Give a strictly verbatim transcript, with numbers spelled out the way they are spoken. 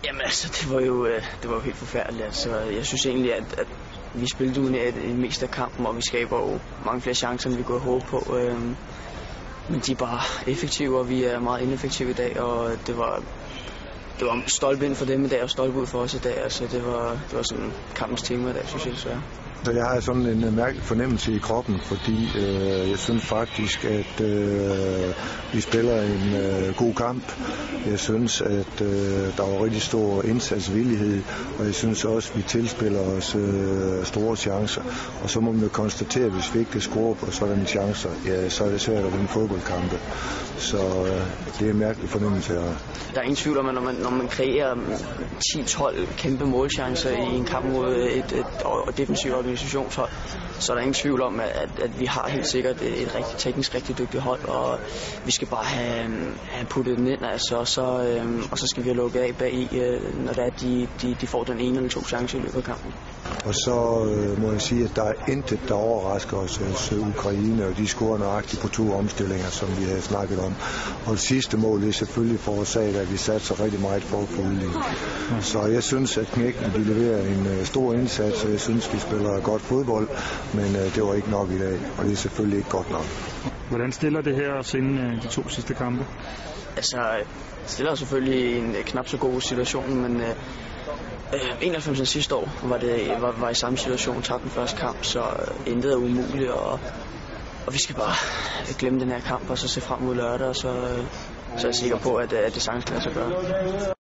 Jamen altså, det var jo, det var jo helt forfærdeligt. Altså, jeg synes egentlig, at, at vi spillede uden i det meste af kampen, og vi skaber jo mange flere chancer, end vi kunne håbe på. Øhm, men de er bare effektive, og vi er meget ineffektive i dag, og det var, det var stolpe ind for dem i dag, og stolpe ud for os i dag. Altså, det var, det var sådan kampens tema i dag, synes jeg desværre. Så jeg har sådan en mærkelig fornemmelse i kroppen, fordi øh, jeg synes faktisk, at øh, vi spiller en øh, god kamp. Jeg synes, at øh, der var rigtig stor indsatsvillighed, og jeg synes også, at vi tilspiller os øh, store chancer. Og så må man jo konstatere, at hvis vi ikke kan score på sådanne chancer, ja, så er det svært at vinde fodboldkampe. Så øh, det er en mærkelig fornemmelse her. Der er ingen tvivl om, at når man, når man kreerer ti tolv kæmpe målchancer i en kamp mod et, et, et, et defensivt organisationshold, så er der ingen tvivl om, at, at vi har helt sikkert et, et rigtig, teknisk rigtig dygtigt hold, og vi skal bare have, have puttet den ind, altså, og, så, øhm, og så skal vi have lukket af bag i, øh, når det er, de, de, de får den ene eller to chancer i løbet af kampen. Og så øh, må jeg sige, at der er intet, der overrasker os hos Ukraine, og de scorer nøjagtigt på to omstillinger, som vi havde snakket om. Og det sidste mål er selvfølgelig forårsaget, at vi satser rigtig meget for at få udligning. Så jeg synes, at knækken de leverer en øh, stor indsats, og jeg synes, vi spiller godt fodbold, men øh, det var ikke nok i dag, og det er selvfølgelig ikke godt nok. Hvordan stiller det her os inden øh, de to sidste kampe? Altså, det stiller selvfølgelig en knap så god situation, men øh, enoghalvfems sidste år var, det, var, var i samme situation, tabte den første kamp, så intet er umuligt, og, og vi skal bare glemme den her kamp, og så se frem mod lørdag, og så, så er jeg sikker på, at, at det sagtens kan lade sig gøre.